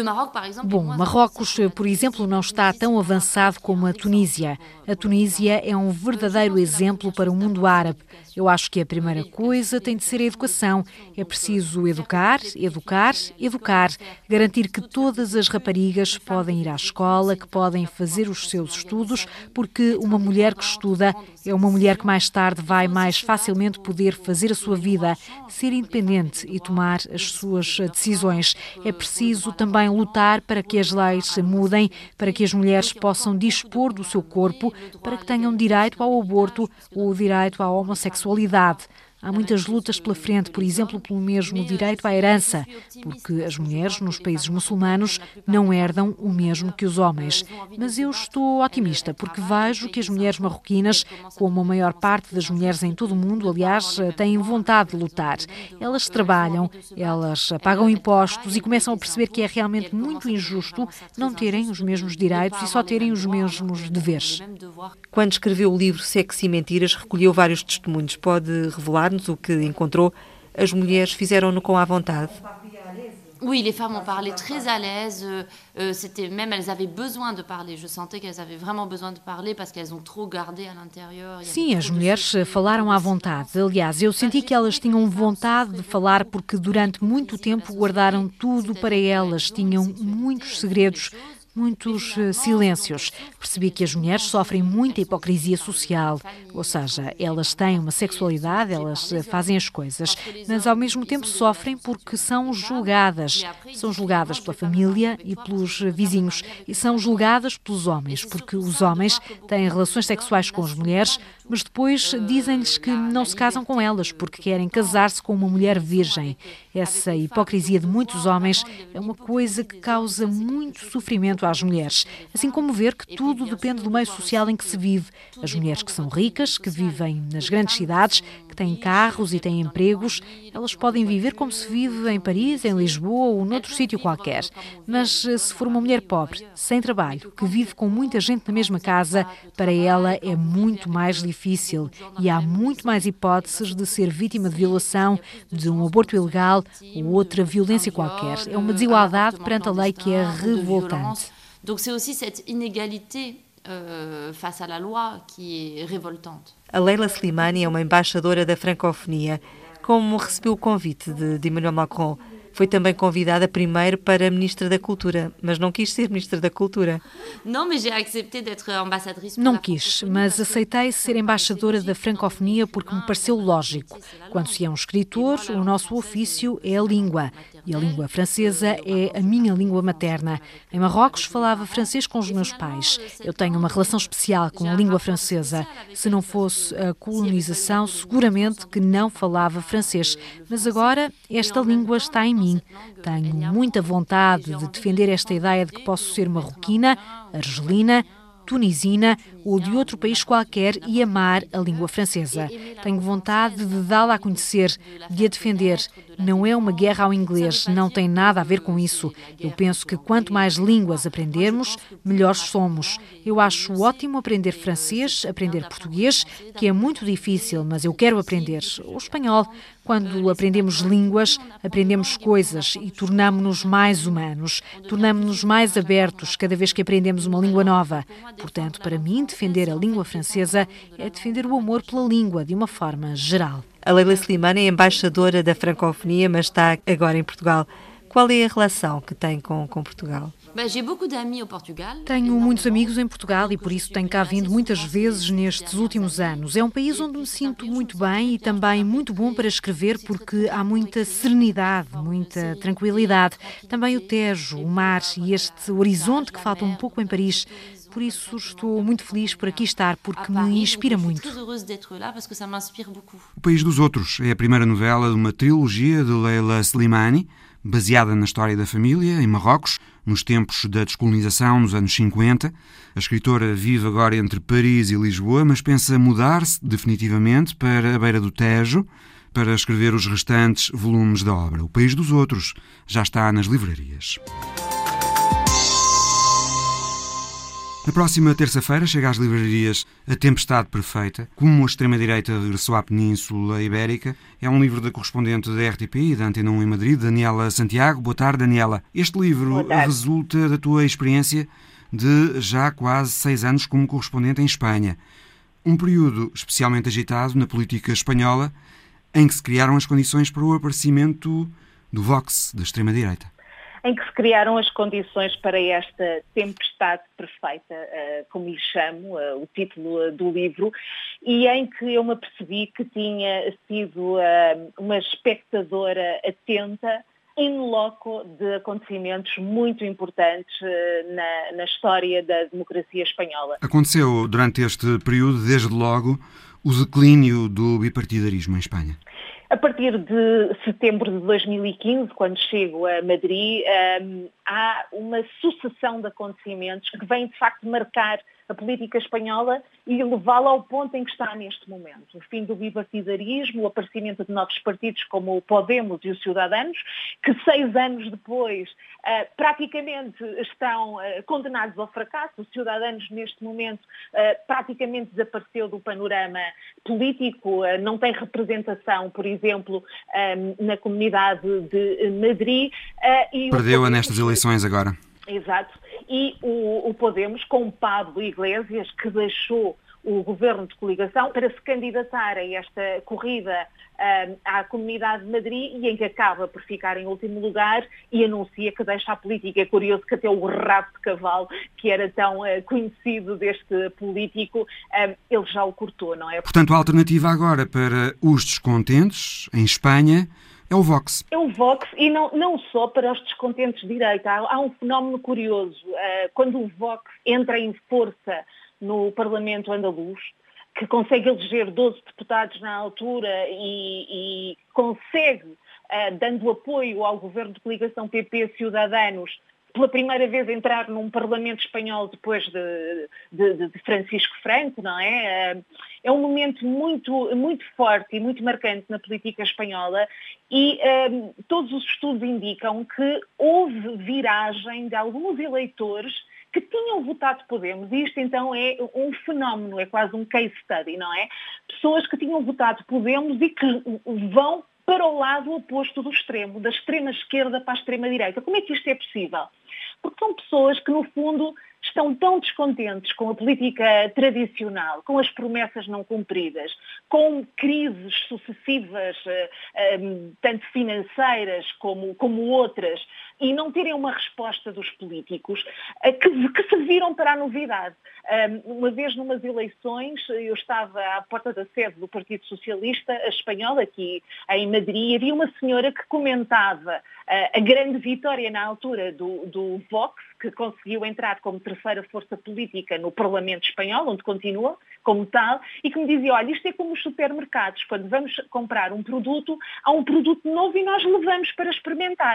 Bom, Marrocos, por exemplo, não está tão avançado como a Tunísia. A Tunísia é um verdadeiro exemplo para o mundo árabe. Eu acho que a primeira coisa tem de ser a educação. É preciso educar, educar, educar. Garantir que todas as raparigas podem ir à escola, que podem fazer os seus estudos, porque uma mulher que estuda é uma mulher que mais tarde vai mais facilmente poder fazer a sua vida, ser independente e tomar as suas decisões. É preciso também lutar para que as leis mudem, para que as mulheres possam dispor do seu corpo, para que tenham direito ao aborto ou direito à homossexualidade. Há muitas lutas pela frente, por exemplo, pelo mesmo direito à herança, porque as mulheres nos países muçulmanos não herdam o mesmo que os homens. Mas eu estou otimista, porque vejo que as mulheres marroquinas, como a maior parte das mulheres em todo o mundo, aliás, têm vontade de lutar. Elas trabalham, elas pagam impostos e começam a perceber que é realmente muito injusto não terem os mesmos direitos e só terem os mesmos deveres. Quando escreveu o livro Sexo e Mentiras, recolheu vários testemunhos. Pode revelar o que encontrou? As mulheres fizeram-no com à vontade? Oui, les femmes ont parlé très à l'aise. Euh, c'était même elles avaient besoin de parler. Je sentais qu'elles avaient vraiment besoin de parler parce qu'elles ont trop gardé à l'intérieur. Sim, as mulheres falaram à vontade. Aliás, eu senti que elas tinham vontade de falar porque durante muito tempo guardaram tudo para elas. Tinham muitos segredos, muitos silêncios. Percebi que as mulheres sofrem muita hipocrisia social, ou seja, elas têm uma sexualidade, elas fazem as coisas, mas ao mesmo tempo sofrem porque são julgadas. São julgadas pela família e pelos vizinhos e são julgadas pelos homens, porque os homens têm relações sexuais com as mulheres, mas depois dizem-lhes que não se casam com elas porque querem casar-se com uma mulher virgem. Essa hipocrisia de muitos homens é uma coisa que causa muito sofrimento às mulheres, assim como ver que tudo depende do meio social em que se vive. As mulheres que são ricas, que vivem nas grandes cidades, que têm carros e têm empregos, elas podem viver como se vive em Paris, em Lisboa ou noutro sítio qualquer. Mas se for uma mulher pobre, sem trabalho, que vive com muita gente na mesma casa, para ela é muito mais difícil e há muito mais hipóteses de ser vítima de violação, de um aborto ilegal ou outra violência qualquer. É uma desigualdade perante a lei que é revoltante. Donc c'est aussi cette inégalité euh, face à la loi qui est révoltante. A Leila Slimani é uma embaixadora da francofonia. Como recebeu o convite de, de Emmanuel Macron? Foi também convidada primeiro para Ministra da Cultura, mas não quis ser Ministra da Cultura. Não, mas j'ai accepté d'être ambassadrice. Não quis, mas aceitei ser embaixadora da francofonia porque me pareceu lógico. Quando se é um escritor, o nosso ofício é a língua. E a língua francesa é a minha língua materna. Em Marrocos falava francês com os meus pais. Eu tenho uma relação especial com a língua francesa. Se não fosse a colonização, seguramente que não falava francês. Mas agora esta língua está em mim. Tenho muita vontade de defender esta ideia de que posso ser marroquina, argelina, tunisina ou de outro país qualquer e amar a língua francesa. Tenho vontade de dá-la a conhecer, de a defender. Não é uma guerra ao inglês, não tem nada a ver com isso. Eu penso que quanto mais línguas aprendermos, melhores somos. Eu acho ótimo aprender francês, aprender português, que é muito difícil, mas eu quero aprender. O espanhol. Quando aprendemos línguas, aprendemos coisas e tornamo-nos mais humanos, tornamo-nos mais abertos cada vez que aprendemos uma língua nova. Portanto, para mim, defender a língua francesa é defender o amor pela língua de uma forma geral. A Leila Slimani é embaixadora da francofonia, mas está agora em Portugal. Qual é a relação que tem com, com Portugal? Tenho muitos amigos em Portugal e por isso tenho cá vindo muitas vezes nestes últimos anos. É um país onde me sinto muito bem e também muito bom para escrever porque há muita serenidade, muita tranquilidade. Também o Tejo, o mar e este horizonte que falta um pouco em Paris. Por isso estou muito feliz por aqui estar, porque me inspira muito. O País dos Outros é a primeira novela de uma trilogia de Leila Slimani, baseada na história da família, em Marrocos, nos tempos da descolonização, nos anos cinquenta. A escritora vive agora entre Paris e Lisboa, mas pensa mudar-se definitivamente para a beira do Tejo, para escrever os restantes volumes da obra. O País dos Outros já está nas livrarias. Na próxima terça-feira chega às livrarias A Tempestade Perfeita, como a extrema-direita regressou à Península Ibérica. É um livro da correspondente da R T P e da Antena um em Madrid, Daniela Santiago. Boa tarde, Daniela. Este livro resulta da tua experiência de já quase seis anos como correspondente em Espanha. Um período especialmente agitado na política espanhola, em que se criaram as condições para o aparecimento do Vox, da extrema-direita. Em que se criaram as condições para esta tempestade perfeita, como lhe chamo, o título do livro, e em que eu me apercebi que tinha sido uma espectadora atenta in loco de acontecimentos muito importantes na, na história da democracia espanhola. Aconteceu durante este período, desde logo, o declínio do bipartidarismo em Espanha. A partir de setembro de dois mil e quinze, quando chego a Madrid, um, há uma sucessão de acontecimentos que vêm, de facto, marcar a política espanhola e levá-la ao ponto em que está neste momento. O fim do bipartidarismo, o aparecimento de novos partidos como o Podemos e o Ciudadanos, que seis anos depois uh, praticamente estão uh, condenados ao fracasso. O Ciudadanos, neste momento, uh, praticamente desapareceu do panorama político, uh, não tem representação, por exemplo, um, na comunidade de Madrid. Uh, e Perdeu-a nestas eleições agora. Exato. E o, o Podemos, com Pablo Iglesias, que deixou o governo de coligação para se candidatar a esta corrida uh, à Comunidade de Madrid e em que acaba por ficar em último lugar e anuncia que deixa a política. É curioso que até o rabo de cavalo, que era tão uh, conhecido deste político, uh, ele já o cortou, não é? Portanto, a alternativa agora para os descontentes, em Espanha, é o Vox. É o Vox e não, não só para os descontentes de direita. Há, há um fenómeno curioso. Uh, quando o Vox entra em força no Parlamento andaluz, que consegue eleger doze deputados na altura e, e consegue, uh, dando apoio ao governo de coligação P P Ciudadanos, pela primeira vez entrar num Parlamento espanhol depois de, de, de Francisco Franco, não é? É um momento muito, muito forte e muito marcante na política espanhola e um, todos os estudos indicam que houve viragem de alguns eleitores que tinham votado Podemos, e isto então é um fenómeno, é quase um case study, não é? Pessoas que tinham votado Podemos e que vão para o lado oposto do extremo, da extrema esquerda para a extrema direita. Como é que isto é possível? Porque são pessoas que, no fundo, estão tão descontentes com a política tradicional, com as promessas não cumpridas, com crises sucessivas, tanto financeiras como, como outras, e não terem uma resposta dos políticos, que, que se viram para a novidade. Uma vez, numas eleições, eu estava à porta da sede do Partido Socialista Espanhol, aqui em Madrid, e havia uma senhora que comentava a grande vitória na altura do, do Vox, que conseguiu entrar como terceira força política no Parlamento Espanhol, onde continua como tal, e que me dizia, olha, isto é como os supermercados, quando vamos comprar um produto, há um produto novo e nós levamos para experimentar.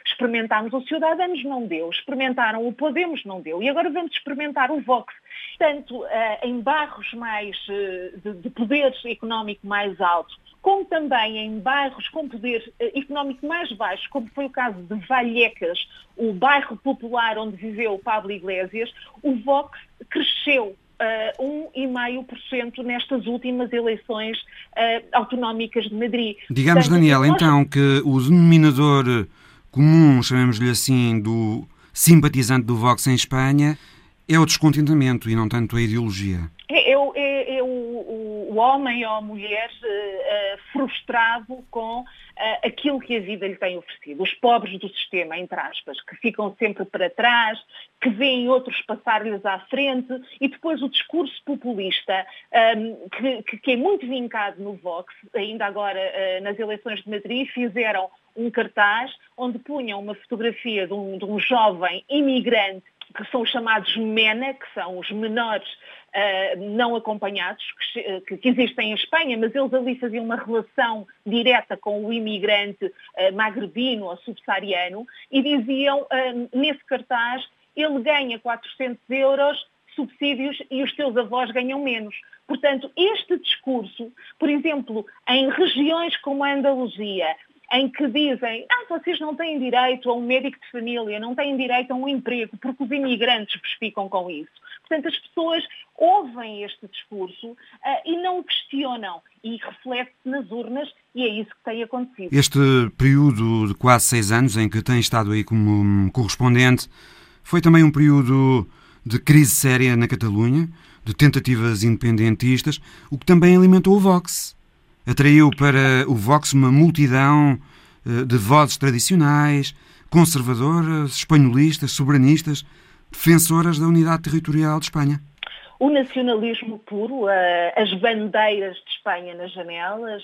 Experimentámos o Ciudadanos, não deu. Experimentaram o Podemos, não deu. E agora vamos experimentar o Vox. Tanto uh, em bairros mais, uh, de, de poder económico mais alto, como também em bairros com poder uh, económico mais baixo, como foi o caso de Vallecas, o bairro popular onde viveu o Pablo Iglesias, o Vox cresceu uh, um vírgula cinco por cento nestas últimas eleições uh, autonómicas de Madrid. Digamos, Portanto, Daniel, nós... então, que o denominador comum, chamemos-lhe assim, do simpatizante do Vox em Espanha é o descontentamento e não tanto a ideologia. É, é, é, é o, o, o homem ou a mulher uh, uh, frustrado com uh, aquilo que a vida lhe tem oferecido. Os pobres do sistema, entre aspas, que ficam sempre para trás, que veem outros passar-lhes à frente, e depois o discurso populista, um, que, que, que é muito vincado no Vox. Ainda agora, uh, nas eleições de Madrid, fizeram um cartaz onde punham uma fotografia de um, de um jovem imigrante, que são os chamados MENA, que são os menores uh, não acompanhados, que, que existem em Espanha, mas eles ali faziam uma relação direta com o imigrante uh, magrebino ou subsaariano, e diziam, uh, nesse cartaz, ele ganha quatrocentos euros subsídios e os teus avós ganham menos. Portanto, este discurso, por exemplo, em regiões como a Andaluzia, em que dizem, ah, vocês não têm direito a um médico de família, não têm direito a um emprego, porque os imigrantes vos ficam com isso. Portanto, as pessoas ouvem este discurso uh, e não o questionam, e reflete-se nas urnas, e é isso que tem acontecido. Este período de quase seis anos em que tem estado aí como correspondente foi também um período de crise séria na Catalunha, de tentativas independentistas, o que também alimentou o Vox. Atraiu para o Vox uma multidão de vozes tradicionais, conservadoras, espanholistas, soberanistas, defensoras da unidade territorial de Espanha. O nacionalismo puro, as bandeiras de Espanha nas janelas,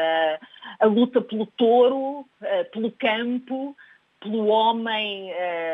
a luta pelo touro, pelo campo, pelo homem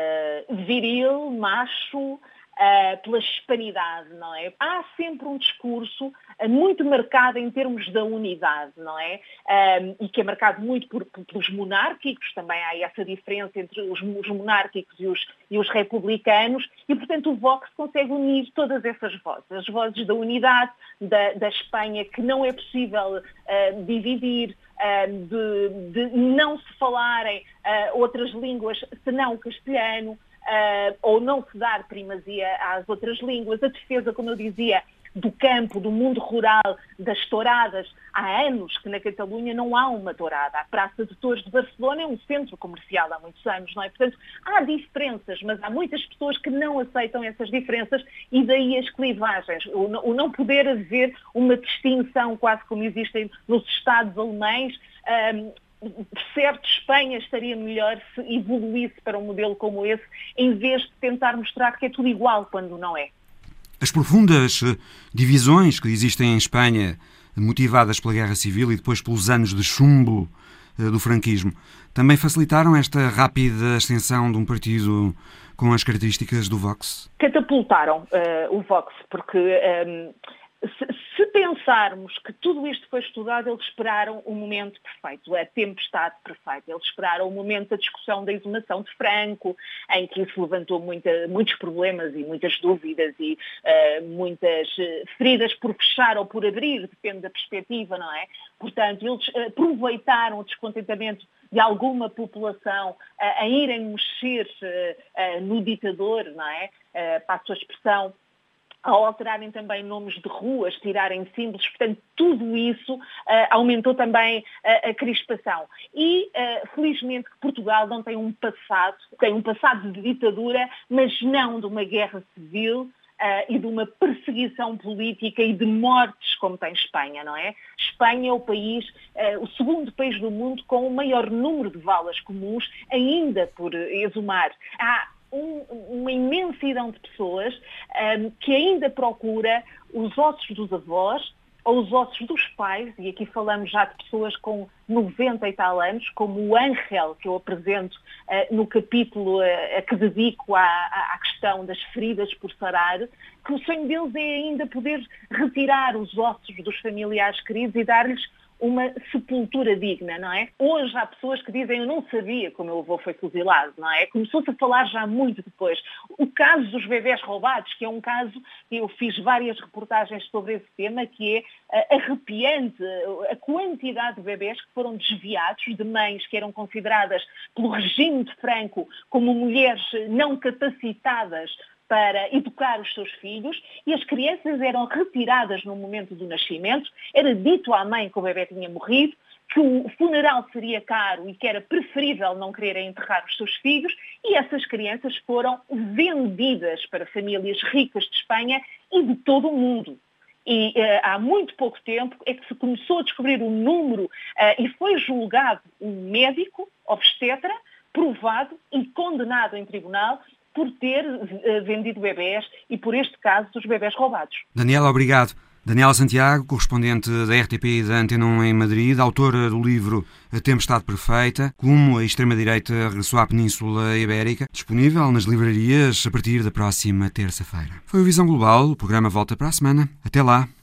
viril, macho, Uh, pela hispanidade, não é? Há sempre um discurso uh, muito marcado em termos da unidade, não é? Um, e que é marcado muito por, por, pelos monárquicos, também há essa diferença entre os, os monárquicos e os, e os republicanos, e, portanto, o Vox consegue unir todas essas vozes, as vozes da unidade, da, da Espanha, que não é possível uh, dividir, uh, de, de não se falarem uh, outras línguas senão o castelhano, Uh, ou não se dar primazia às outras línguas, a defesa, como eu dizia, do campo, do mundo rural, das touradas. Há anos que na Catalunha não há uma tourada. A Praça de Touros de Barcelona é um centro comercial há muitos anos, não é? Portanto, há diferenças, mas há muitas pessoas que não aceitam essas diferenças, e daí as clivagens. O não poder haver uma distinção, quase como existem nos Estados alemães. Um, certo, Espanha estaria melhor se evoluísse para um modelo como esse, em vez de tentar mostrar que é tudo igual quando não é. As profundas divisões que existem em Espanha, motivadas pela Guerra Civil e depois pelos anos de chumbo do franquismo, também facilitaram esta rápida ascensão de um partido com as características do Vox? Catapultaram uh, o Vox, porque... Um, Se, se pensarmos que tudo isto foi estudado, eles esperaram o momento perfeito, a tempestade perfeita. Eles esperaram o momento da discussão da exumação de Franco, em que isso levantou muita, muitos problemas e muitas dúvidas e uh, muitas uh, feridas por fechar ou por abrir, depende da perspectiva, não é? Portanto, eles uh, aproveitaram o descontentamento de alguma população uh, a irem mexer uh, uh, no ditador, não é? Uh, passo a expressão, ao alterarem também nomes de ruas, tirarem símbolos, portanto, tudo isso uh, aumentou também uh, a crispação. E, uh, felizmente, que Portugal não tem um passado, tem um passado de ditadura, mas não de uma guerra civil uh, e de uma perseguição política e de mortes, como tem Espanha, não é? Espanha é o país, uh, o segundo país do mundo com o maior número de valas comuns ainda por exumar. Há Um, uma imensidão de pessoas um, que ainda procura os ossos dos avós ou os ossos dos pais, e aqui falamos já de pessoas com noventa e tal anos, como o Ángel, que eu apresento uh, no capítulo uh, a que dedico à, à questão das feridas por sarar, que o sonho deles é ainda poder retirar os ossos dos familiares queridos e dar-lhes uma sepultura digna, não é? Hoje há pessoas que dizem eu não sabia que o meu avô foi fuzilado, não é? Começou-se a falar já muito depois. O caso dos bebés roubados, que é um caso, eu fiz várias reportagens sobre esse tema, que é uh, arrepiante, a quantidade de bebés que foram desviados de mães que eram consideradas pelo regime de Franco como mulheres não capacitadas para educar os seus filhos, e as crianças eram retiradas no momento do nascimento, era dito à mãe que o bebê tinha morrido, que o funeral seria caro e que era preferível não quererem enterrar os seus filhos, e essas crianças foram vendidas para famílias ricas de Espanha e de todo o mundo. E uh, há muito pouco tempo é que se começou a descobrir o número uh, e foi julgado um médico obstetra, provado e condenado em tribunal por ter uh, vendido bebés e por este caso dos bebés roubados. Daniela, obrigado. Daniela Santiago, correspondente da R T P e da Antena um em Madrid, autora do livro A Tempestade Perfeita, como a extrema-direita regressou à Península Ibérica, disponível nas livrarias a partir da próxima terça-feira. Foi o Visão Global, o programa volta para a semana. Até lá.